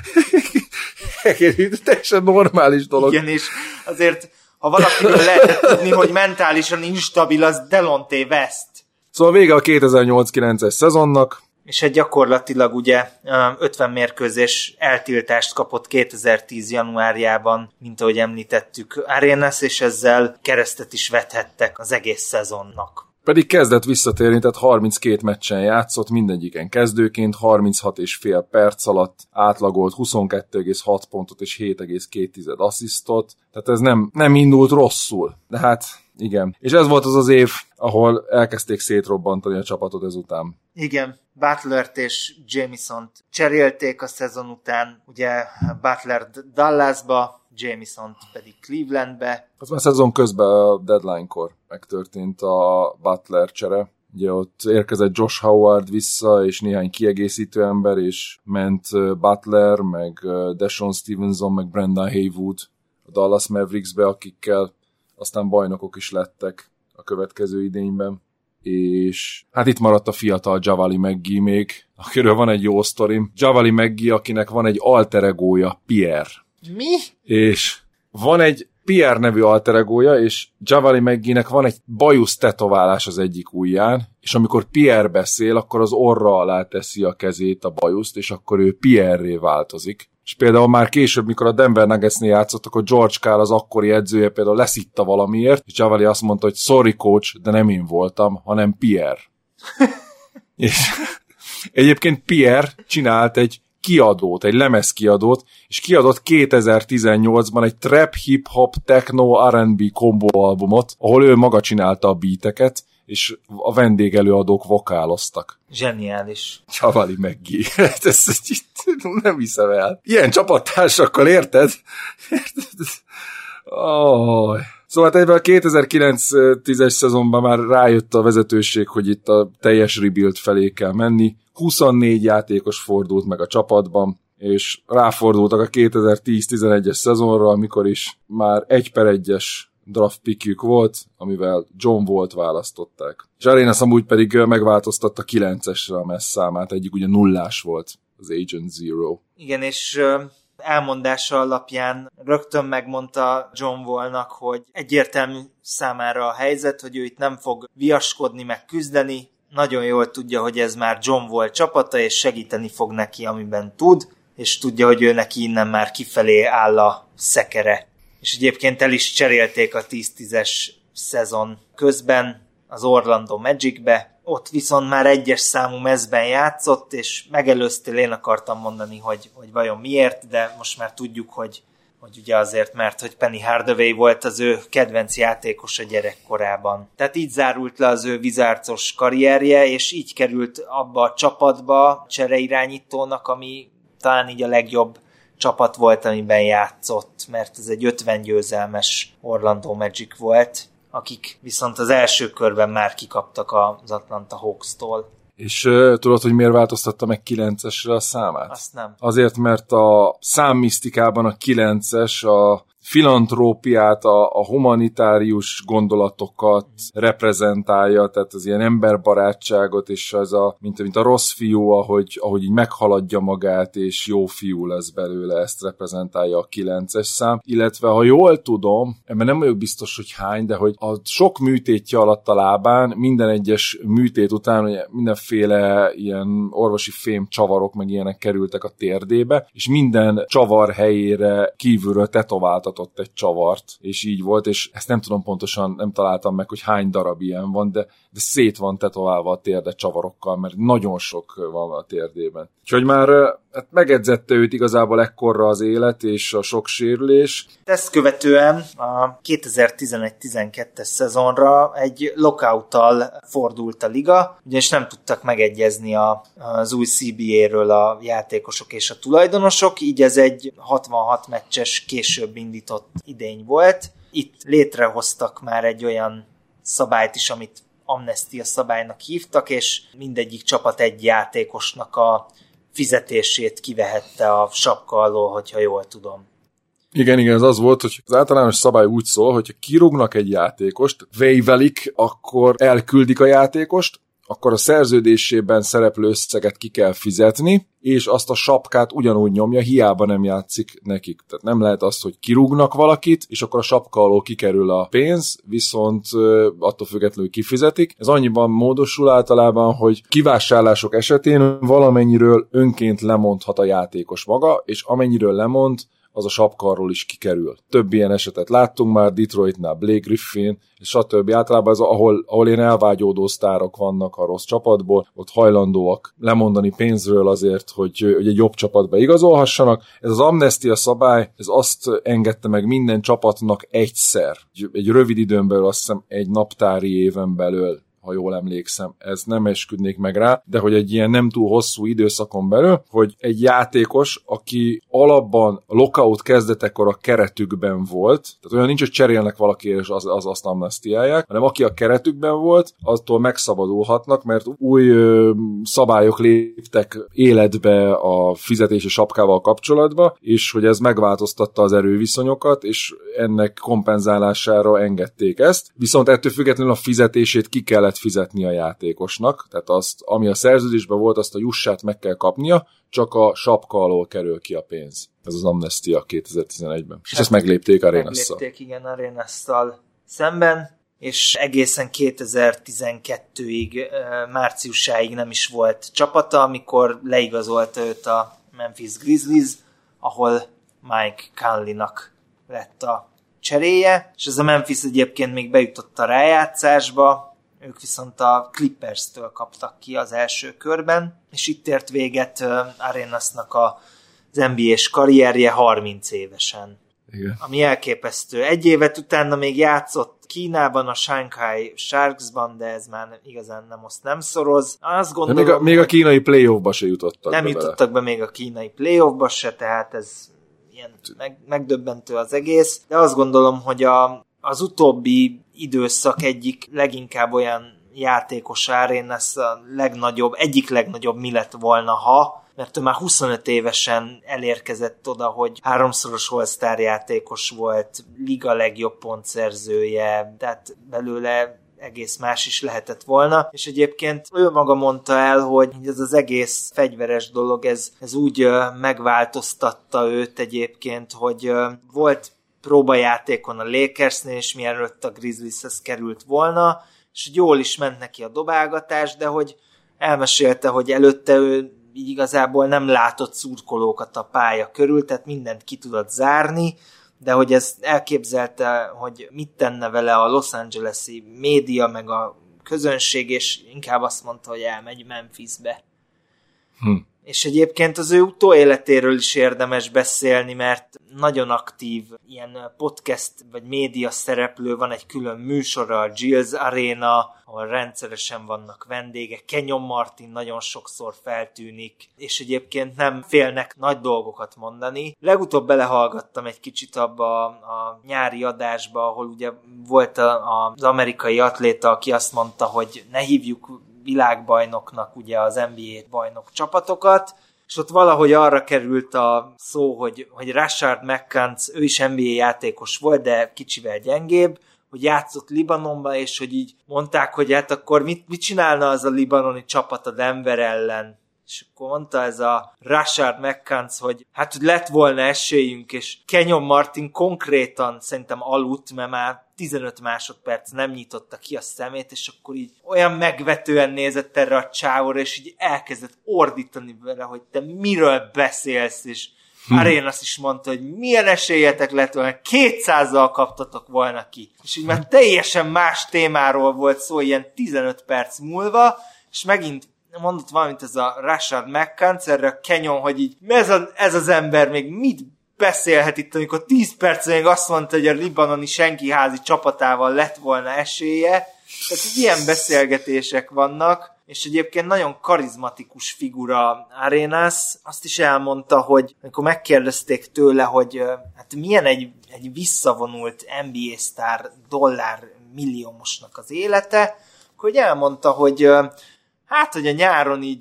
Hegedű, teljesen normális dolog. Igen, és azért, ha valakiről lehetett tudni, hogy mentálisan instabil, az Delonte West. Szóval vége a kétezer-nyolc kilences szezonnak. És egy gyakorlatilag ugye ötven mérkőzés eltiltást kapott kétezer-tíz januárjában, mint ahogy említettük Arenas, és ezzel keresztet is vethettek az egész szezonnak. Pedig kezdett visszatérni, tehát harminckét meccsen játszott, mindegyiken kezdőként, harminchat és fél perc alatt átlagolt huszonkettő egész hat pontot és hét egész két asszisztot, tehát ez nem, nem indult rosszul, de hát igen. És ez volt az az év, ahol elkezdték szétrobbantani a csapatot ezután. Igen, Butlert és Jamesont cserélték a szezon után, ugye Butler Dallasba, Jamesont pedig Clevelandbe. Az már szezon közben a deadline-kor megtörtént a Butler csere. Ugye ott érkezett Josh Howard vissza, és néhány kiegészítő ember, és ment Butler, meg Deshaun Stevenson, meg Brendan Haywood a Dallas Mavericksbe, akikkel aztán bajnokok is lettek a következő idényben. És hát itt maradt a fiatal Javale McGee még, akiről van egy jó sztorim. Javale McGee, akinek van egy alter egója, Pierre. Mi? És van egy Pierre nevű alter egója, és Javale McGee-nek van egy bajusz tetoválás az egyik ujján, és amikor Pierre beszél, akkor az orra alá teszi a kezét a bajuszt, és akkor ő Pierre-ré változik. És például már később, mikor a Denver Nuggetsnél játszottak, akkor George Karl, az akkori edzője például leszitta valamiért, és Javale azt mondta, hogy sorry coach, de nem én voltam, hanem Pierre. És egyébként Pierre csinált egy kiadót, egy lemezkiadót, és kiadott kétezer-tizennyolcban egy trap, hip-hop, techno, er and bé kombó albumot, ahol ő maga csinálta a beateket, és a vendégelőadók vokáloztak. Zseniális. Javale McGee. ez, ez, ez, nem hiszem el. Ilyen csapattársakkal, érted? érted? Oh. Szóval ebben a kétezer-kilenc-tízes szezonban már rájött a vezetőség, hogy itt a teljes rebuild felé kell menni. huszonnégy játékos fordult meg a csapatban, és ráfordultak a kétezer-tíz-tizenegyes szezonra, amikor is már egy per egyes draft pickjük volt, amivel John Wall-t választották. És Arenas amúgy pedig megváltoztatta kilencesre a messz számát, egyik ugye nullás volt az Agent Zero. Igen, és elmondása alapján rögtön megmondta John Wall-nak, hogy egyértelmű számára a helyzet, hogy ő itt nem fog viaskodni, meg küzdeni, nagyon jól tudja, hogy ez már John Wall csapata, és segíteni fog neki, amiben tud, és tudja, hogy ő neki innen már kifelé áll a szekere. És egyébként el is cserélték a tíz-tízes szezon közben az Orlando Magicbe. Ott viszont már egyes számú mezben játszott, és megelőztél, én akartam mondani, hogy, hogy vajon miért, de most már tudjuk, hogy, hogy ugye azért, mert hogy Penny Hardaway volt az ő kedvenc játékos a gyerekkorában. Tehát így zárult le az ő vizárcos karrierje, és így került abba a csapatba csereirányítónak, ami talán így a legjobb csapat volt, amiben játszott, mert ez egy ötven győzelmes Orlando Magic volt, akik viszont az első körben már kikaptak az Atlanta Hawks-tól. És uh, tudod, hogy miért változtatta meg kilencesre a számát? Azt nem. Azért, mert a számmisztikában a kilences a filantrópiát, a, a humanitárius gondolatokat reprezentálja, tehát az ilyen emberbarátságot, és az a, mint, mint a rossz fiú, ahogy, ahogy így meghaladja magát, és jó fiú lesz belőle, ezt reprezentálja a kilences szám. Illetve, ha jól tudom, ebben nem vagyok biztos, hogy hány, de hogy a sok műtétje alatt a lábán, minden egyes műtét után ugye mindenféle ilyen orvosi fém csavarok, meg ilyenek kerültek a térdébe, és minden csavar helyére kívülről tetováltat egy csavart, és így volt, és ezt nem tudom pontosan, nem találtam meg, hogy hány darab ilyen van, de, de szét van tetoválva a térde csavarokkal, mert nagyon sok van a térdében. Úgyhogy már hát megedzette őt igazából ekkorra az élet, és a sok sérülés. Ezt követően a kétezer-tizenegy-tizenkettes szezonra egy lockouttal fordult a liga, ugyanis nem tudtak megegyezni a, az új cé bé á-ről a játékosok és a tulajdonosok, így ez egy hatvanhat meccses később indított idény volt. Itt létrehoztak már egy olyan szabályt is, amit amnestia szabálynak hívtak, és mindegyik csapat egy játékosnak a fizetését kivehette a sapka alól, hogyha jól tudom. Igen, igen, ez az volt, hogy az általános szabály úgy szól, hogyha kirúgnak egy játékost, waivelik, akkor elküldik a játékost, akkor a szerződésében szereplő összeget ki kell fizetni, és azt a sapkát ugyanúgy nyomja, hiába nem játszik nekik. Tehát nem lehet az, hogy kirúgnak valakit, és akkor a sapka alól kikerül a pénz, viszont attól függetlenül kifizetik. Ez annyiban módosul általában, hogy kivásárlások esetén valamennyiről önként lemondhat a játékos maga, és amennyiről lemond, az a sapkarról is kikerül. Több ilyen esetet láttunk már, Detroitnál Blake Griffin, és stb. Általában ez, ahol, ahol ilyen elvágyódó sztárok vannak a rossz csapatból, ott hajlandóak lemondani pénzről azért, hogy, hogy egy jobb csapatba igazolhassanak. Ez az amnestia szabály, ez azt engedte meg minden csapatnak egyszer. Egy rövid időn belül, azt hiszem egy naptári éven belül, ha jól emlékszem, ez nem esküdnék meg rá, de hogy egy ilyen nem túl hosszú időszakon belül, hogy egy játékos, aki alapban a lockout kezdetekor a keretükben volt, tehát olyan nincs, hogy cserélnek valakiért, és az, az azt amnestiálják, hanem aki a keretükben volt, attól megszabadulhatnak, mert új ö, szabályok léptek életbe a fizetési sapkával kapcsolatban, és hogy ez megváltoztatta az erőviszonyokat, és ennek kompenzálására engedték ezt, viszont ettől függetlenül a fizetését ki kellett fizetni a játékosnak, tehát azt, ami a szerződésben volt, azt a jussát meg kell kapnia, csak a sapka alól kerül ki a pénz. Ez az amnestia kétezer-tizenegyben. És ezt meglépték Arenasszal. Meglépték, igen, Arenasszal szemben, és egészen kétezer-tizenkettőig, márciusáig nem is volt csapata, amikor leigazolta őt a Memphis Grizzlies, ahol Mike Conley-nak lett a cseréje, és ez a Memphis egyébként még bejutott a rájátszásba, ők viszont a Clippers-től kaptak ki az első körben, és itt ért véget Arenasnak az en bé á-s karrierje harminc évesen. Igen. Ami elképesztő. Egy évet utána még játszott Kínában, a Shanghai Sharksban, de ez már igazán nem oszt nem szoroz. Azt gondolom, még, a, még a kínai playoffba se jutottak nem be jutottak bele. be még a kínai playoffba se, tehát ez ilyen meg, megdöbbentő az egész. De azt gondolom, hogy a, az utóbbi időszak egyik leginkább olyan játékos Arenas a legnagyobb, egyik legnagyobb mi lett volna, ha, mert ő már huszonöt évesen elérkezett oda, hogy háromszoros All-Star játékos volt, liga legjobb pontszerzője, tehát belőle egész más is lehetett volna, és egyébként ő maga mondta el, hogy ez az egész fegyveres dolog, ez, ez úgy uh, megváltoztatta őt egyébként, hogy uh, volt próbajátékon a Lakersnél, és mielőtt a Grizzlieshez került volna, és jól is ment neki a dobálgatás, de hogy elmesélte, hogy előtte ő így igazából nem látott szurkolókat a pálya körül, tehát mindent ki tudott zárni, de hogy ezt elképzelte, hogy mit tenne vele a Los Angeles-i média, meg a közönség, és inkább azt mondta, hogy elmegy Memphisbe. Hm. És egyébként az ő utóéletéről is érdemes beszélni, mert nagyon aktív ilyen podcast vagy média szereplő, van egy külön műsora, a Gilles Arena, ahol rendszeresen vannak vendégek, Kenyon Martin nagyon sokszor feltűnik, és egyébként nem félnek nagy dolgokat mondani. Legutóbb belehallgattam egy kicsit abba a, a nyári adásba, ahol ugye volt a, a, az amerikai atléta, aki azt mondta, hogy ne hívjuk világbajnoknak ugye az en bé á bajnok csapatokat, és ott valahogy arra került a szó, hogy, hogy Rashard McCants, ő is en bé á játékos volt, de kicsivel gyengébb, hogy játszott Libanonban, és hogy így mondták, hogy hát akkor mit, mit csinálna az a libanoni csapat a Denver ellen. És akkor mondta ez a Rashard McCants, hogy hát hogy lett volna esélyünk, és Kenyon Martin konkrétan szerintem aludt, mert már tizenöt másodperc nem nyitotta ki a szemét, és akkor így olyan megvetően nézett erre a csávóra, és így elkezdett ordítani vele, hogy te miről beszélsz, és hmm. Arenas is mondta, hogy milyen esélyetek lett volna, kétszázzal kaptatok volna ki. És így már teljesen más témáról volt szó, ilyen tizenöt perc múlva, és megint mondott valamit ez a Rashard McCants, erre a Kenyon, hogy így ez, a, ez az ember még mit beszélhet itt, amikor tíz percen még azt mondta, hogy a libanoni senkiházi csapatával lett volna esélye. Tehát ilyen beszélgetések vannak, és egyébként nagyon karizmatikus figura Arenas. Azt is elmondta, hogy amikor megkérdezték tőle, hogy hát milyen egy, egy visszavonult en bé á sztár dollár milliómosnak az élete, akkor elmondta, hogy hát, hogy a nyáron így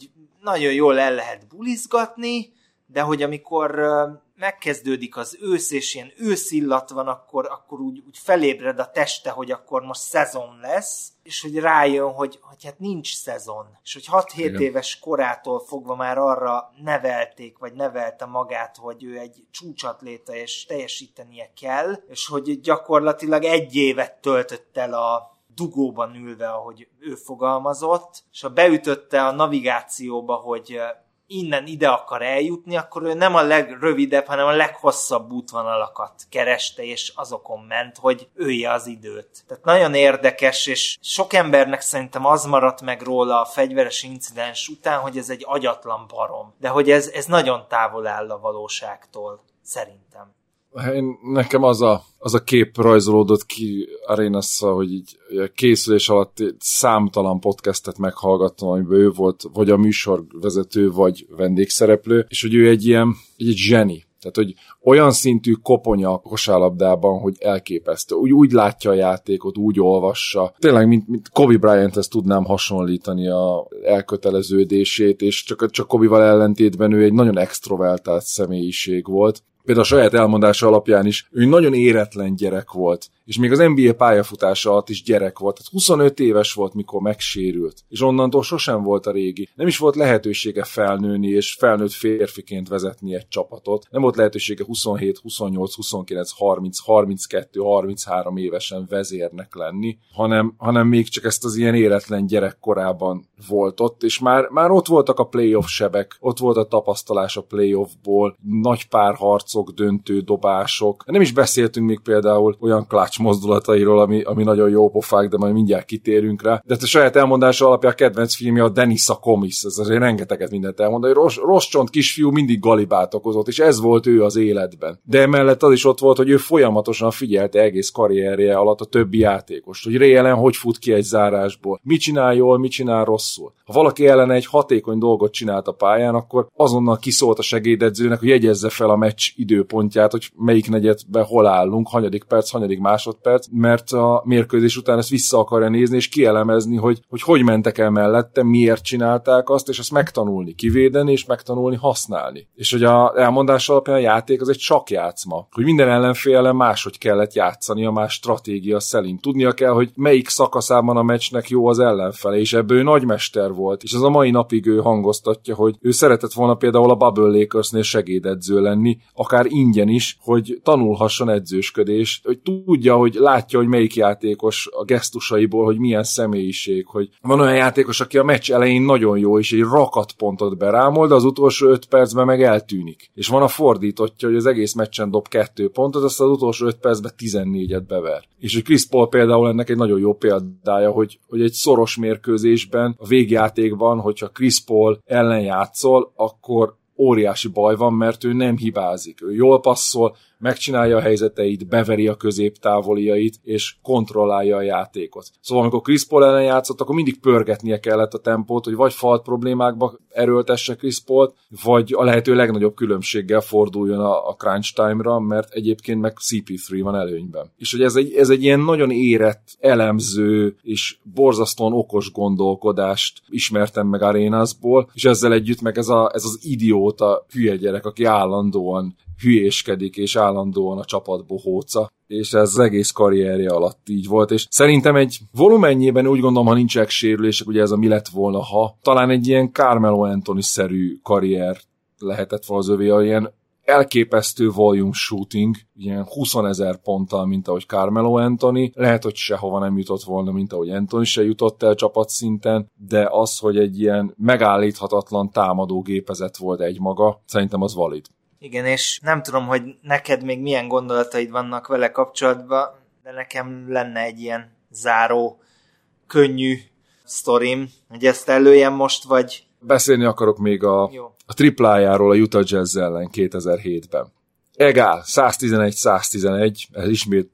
nagyon jól el lehet bulizgatni, de hogy amikor megkezdődik az ősz, és ilyen őszillat van, akkor, akkor úgy, úgy felébred a teste, hogy akkor most szezon lesz, és hogy rájön, hogy, hogy hát nincs szezon. És hogy hat-hét éves korától fogva már arra nevelték, vagy nevelte magát, hogy ő egy csúcsatléta, és teljesítenie kell, és hogy gyakorlatilag egy évet töltött el a dugóban ülve, ahogy ő fogalmazott, és ha beütötte a navigációba, hogy innen ide akar eljutni, akkor ő nem a legrövidebb, hanem a leghosszabb útvonalakat kereste, és azokon ment, hogy ölje az időt. Tehát nagyon érdekes, és sok embernek szerintem az maradt meg róla a fegyveres incidens után, hogy ez egy agyatlan barom. De hogy ez, ez nagyon távol áll a valóságtól, szerintem. Én, nekem az a, az a kép rajzolódott ki Arenasszal, hogy így készülés alatt számtalan podcastet meghallgattam, amiben ő volt vagy a műsorvezető, vagy vendégszereplő, és hogy ő egy ilyen egy zseni. Tehát, hogy olyan szintű koponya a kosárlabdában, hogy elképesztő. Úgy, úgy látja a játékot, úgy olvassa. Tényleg, mint, mint Kobe Bryanthez tudnám hasonlítani a elköteleződését, és csak, csak Kobe-val ellentétben ő egy nagyon extrovertált személyiség volt. Például a saját elmondása alapján is ő nagyon éretlen gyerek volt, és még az en bé á pályafutása alatt is gyerek volt. Tehát huszonöt éves volt, mikor megsérült, és onnantól sosem volt a régi. Nem is volt lehetősége felnőni, és felnőtt férfiként vezetni egy csapatot. Nem volt lehetősége huszonhét, huszonnyolc, huszonkilenc, harminc, harminckettő, harminchárom évesen vezérnek lenni, hanem, hanem még csak ezt az ilyen éretlen gyerekkorában volt ott, és már, már ott voltak a playoff sebek, ott volt a tapasztalás a playoffból, nagy párharcok, döntő dobások. Nem is beszéltünk még például olyan clutch mozdulatairól, ami, ami nagyon jó pofák, de majd mindjárt kitérünk rá. De a saját elmondása alapján a kedvenc filmje a Dennis a Comis, ez azért rengeteget mindent elmond, hogy rossz, rossz csont kisfiú mindig galibát okozott, és ez volt ő az életben. De emellett az is ott volt, hogy ő folyamatosan figyelte egész karrierje alatt a többi játékost, hogy Ray Allen hogy fut ki egy zárásból, mit csinál jól, mit csinál rosszul. Ha valaki ellene egy hatékony dolgot csinált a pályán, akkor azonnal kiszólt a segédedzőnek, hogy jegyezze fel a meccs időpontját, hogy melyik negyedben hol állunk, hanyadik perc, hanyadik másodperc, mert a mérkőzés után ezt vissza akarja nézni, és kielemezni, hogy, hogy hogy mentek el mellette, miért csinálták azt, és ezt megtanulni, kivédeni, és megtanulni használni. És hogy a elmondás alapján a játék az egy sakkjátszma, hogy minden ellenfél ellen máshogy kellett játszani, a más stratégia szerint. Tudnia kell, hogy melyik szakaszában a meccsnek jó az ellenfele, és ebből ő nagymester volt, és az a mai napig ő hangoztatja, hogy ő szeretett volna például a Bubble Lakersnél segédedző lenni, akár ingyen is, hogy tanulhasson edzősködést, hogy tudja, hogy látja, hogy melyik játékos a gesztusaiból, hogy milyen személyiség, hogy van olyan játékos, aki a meccs elején nagyon jó, és egy rakat pontot berámol, de az utolsó öt percben meg eltűnik. És van a fordítottja, hogy az egész meccsen dob kettő pontot, azt az utolsó öt percben tizennégyet bever. És hogy Chris Paul például ennek egy nagyon jó példája, hogy, hogy egy szoros mérkőzésben, a végjátékban, hogyha Chris Paul ellen játszol, akkor óriási baj van, mert ő nem hibázik. Ő jól passzol, megcsinálja a helyzeteit, beveri a középtávoliait, és kontrollálja a játékot. Szóval amikor Chris Paul ellen játszott, akkor mindig pörgetnie kellett a tempót, hogy vagy falt problémákba erőltesse Chris Pault, vagy a lehető legnagyobb különbséggel forduljon a, a crunch time-ra, mert egyébként meg cé pé három van előnyben. És hogy ez egy, ez egy ilyen nagyon érett, elemző és borzasztóan okos gondolkodást ismertem meg Arenasból, és ezzel együtt meg ez, a, ez az idióta hülye gyerek, aki állandóan hülyéskedik, és állandóan a csapatból hóca, és ez az egész karrierje alatt így volt, és szerintem egy volumennyében úgy gondolom, ha nincsenek sérülések, ugye ez a mi lett volna, ha talán egy ilyen Carmelo Anthony-szerű karrier lehetett volna az övé, ilyen elképesztő volume shooting, ilyen huszonezer ponttal, mint ahogy Carmelo Anthony, lehet, hogy sehova nem jutott volna, mint ahogy Anthony se jutott el csapatszinten, de az, hogy egy ilyen megállíthatatlan támadó gépezet volt egymaga, szerintem az valid. Igen, és nem tudom, hogy neked még milyen gondolataid vannak vele kapcsolatban, de nekem lenne egy ilyen záró, könnyű sztorim, hogy ezt előjem most, vagy... Beszélni akarok még a, a triplájáról a Utah Jazz ellen kétezer-hétben. Egál, száz tizenegy száz tizenegy, ez ismét,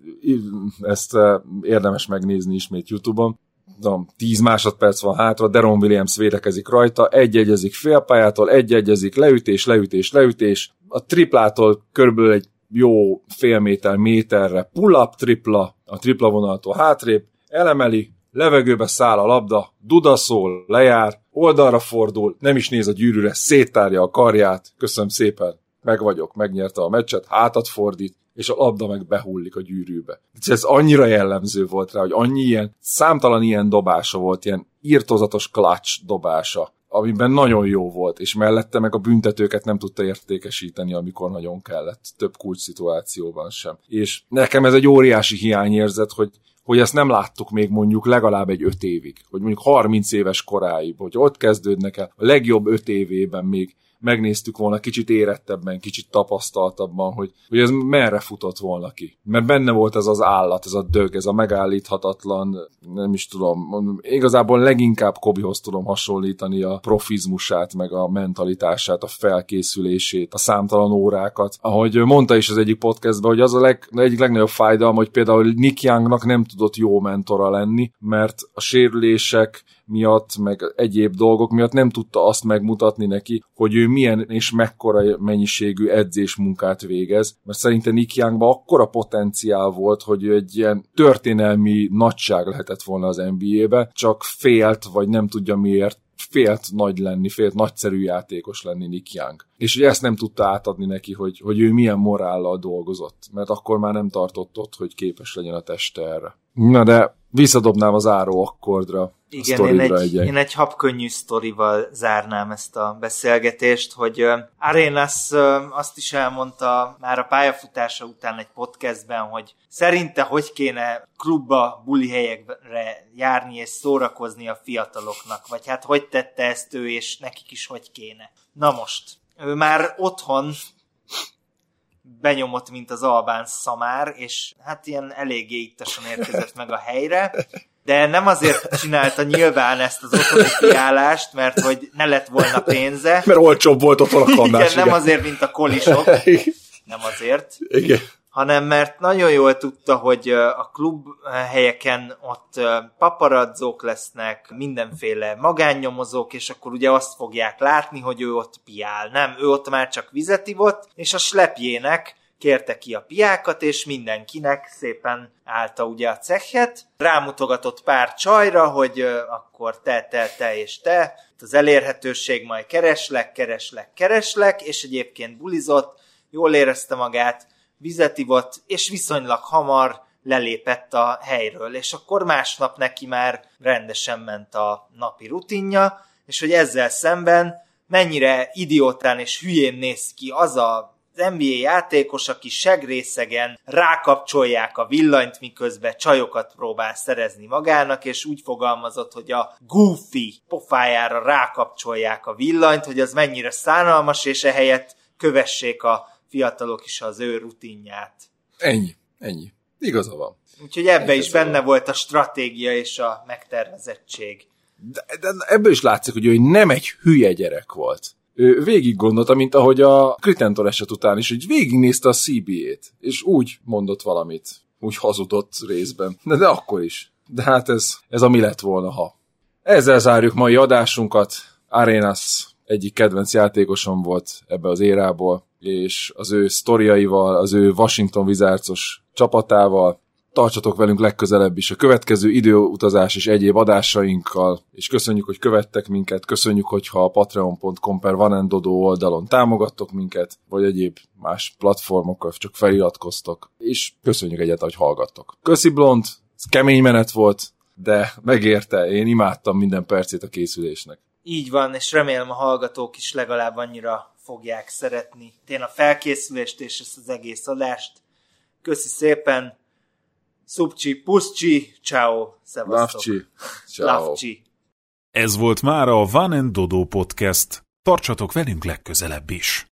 ezt érdemes megnézni ismét YouTube-on. tíz másodperc van hátra, Deron Williams védekezik rajta, egy-egyezik félpályától, egy-egyezik, leütés, leütés, leütés. A triplától körülbelül egy jó fél méter, méterre pull-up tripla, a tripla vonaltól hátrébb, elemeli, levegőbe száll a labda, dudaszól, lejár, oldalra fordul, nem is néz a gyűrűre, széttárja a karját, köszönöm szépen, meg vagyok, megnyerte a meccset, hátat fordít, és a labda meg behullik a gyűrűbe. Ez annyira jellemző volt rá, hogy annyi ilyen, számtalan ilyen dobása volt, ilyen irtózatos clutch dobása, amiben nagyon jó volt, és mellette meg a büntetőket nem tudta értékesíteni, amikor nagyon kellett, több kulcs szituációban sem. És nekem ez egy óriási hiányérzet, hogy hogy ezt nem láttuk még mondjuk legalább egy öt évig, hogy mondjuk harminc éves koráig, hogy ott kezdődnek el, a legjobb öt évében még megnéztük volna kicsit érettebben, kicsit tapasztaltabban, hogy, hogy ez merre futott volna ki. Mert benne volt ez az állat, ez a dög, ez a megállíthatatlan, nem is tudom, igazából leginkább Kobihoz tudom hasonlítani a profizmusát, meg a mentalitását, a felkészülését, a számtalan órákat. Ahogy mondta is az egyik podcastben, hogy az a leg, egyik legnagyobb fájdalom, hogy például Nick Youngnak nem tudott jó mentora lenni, mert a sérülések miatt, meg egyéb dolgok miatt nem tudta azt megmutatni neki, hogy ő milyen és mekkora mennyiségű edzésmunkát végez, mert szerintem Nick Youngban akkora potenciál volt, hogy egy ilyen történelmi nagyság lehetett volna az en bé á-be, csak félt, vagy nem tudja miért, félt nagy lenni, félt nagyszerű játékos lenni Nick Young. És ugye ezt nem tudta átadni neki, hogy, hogy ő milyen morállal dolgozott, mert akkor már nem tartott ott, hogy képes legyen a teste erre. Na de visszadobnám az áró akkordra. Igen, én egy, egy, én egy habkönnyű sztorival zárnám ezt a beszélgetést, hogy uh, Arenas uh, azt is elmondta már a pályafutása után egy podcastben, hogy szerinte hogy kéne klubba, buli helyekre járni és szórakozni a fiataloknak, vagy hát hogy tette ezt ő, és nekik is hogy kéne. Na most, ő már otthon benyomott, mint az albán szamár, és hát ilyen eléggé ittasan érkezett meg a helyre, de nem azért csinálta nyilván ezt az otthoni kiállást, mert hogy ne lett volna pénze. Mert olcsóbb volt otthon a kannás. Igen, nem azért, mint a kolisok. Nem azért. Igen. Hanem mert nagyon jól tudta, hogy a klub helyeken ott paparazzók lesznek, mindenféle magánnyomozók, és akkor ugye azt fogják látni, hogy ő ott piál. Nem, ő ott már csak vizet ivott, és a slepjének kérte ki a piákat, és mindenkinek szépen állta ugye a cechet. Rámutogatott pár csajra, hogy uh, akkor te, te, te és te. Az elérhetőség, majd kereslek, kereslek, kereslek, és egyébként bulizott, jól érezte magát, vizet ivott, és viszonylag hamar lelépett a helyről. És akkor másnap neki már rendesen ment a napi rutinja, és hogy ezzel szemben mennyire idiótán és hülyén néz ki az a az en bé á játékos, aki segrészegen rákapcsolják a villanyt, miközben csajokat próbál szerezni magának, és úgy fogalmazott, hogy a Goofy pofájára rákapcsolják a villanyt, hogy az mennyire szánalmas, és ehelyett kövessék a fiatalok is az ő rutinját. Ennyi, ennyi. Igaza van. Úgyhogy ebbe is benne van. Volt a stratégia és a megtervezettség. De, de ebből is látszik, hogy ő nem egy hülye gyerek volt. Ő végig gondolta, mint ahogy a Kritentor eset után is, hogy végignézte a cé bé á-t, és úgy mondott valamit, úgy hazudott részben. De, de akkor is. De hát ez, ez a mi lett volna, ha. Ezzel zárjuk mai adásunkat. Arenas egyik kedvenc játékosom volt ebbe az érából, és az ő sztoriaival, az ő Washington Wizardsos csapatával. Tartsatok velünk legközelebb is a következő időutazás és egyéb adásainkkal, és köszönjük, hogy követtek minket, köszönjük, hogyha a patreon pont com per vanendodo oldalon támogattok minket, vagy egyéb más platformokon csak feliratkoztok, és köszönjük egyáltalán, hogy hallgattok. Köszi Blond, ez kemény menet volt, de megérte, én imádtam minden percét a készülésnek. Így van, és remélem a hallgatók is legalább annyira fogják szeretni én a felkészülést és ezt az egész adást. Köszi szépen! Szupcsi, puszcsi, ciao, szevasztok. Lavcsi, ciao. Lavcsi. Ez volt már a Van and Dodo Podcast. Tartsatok velünk legközelebb is.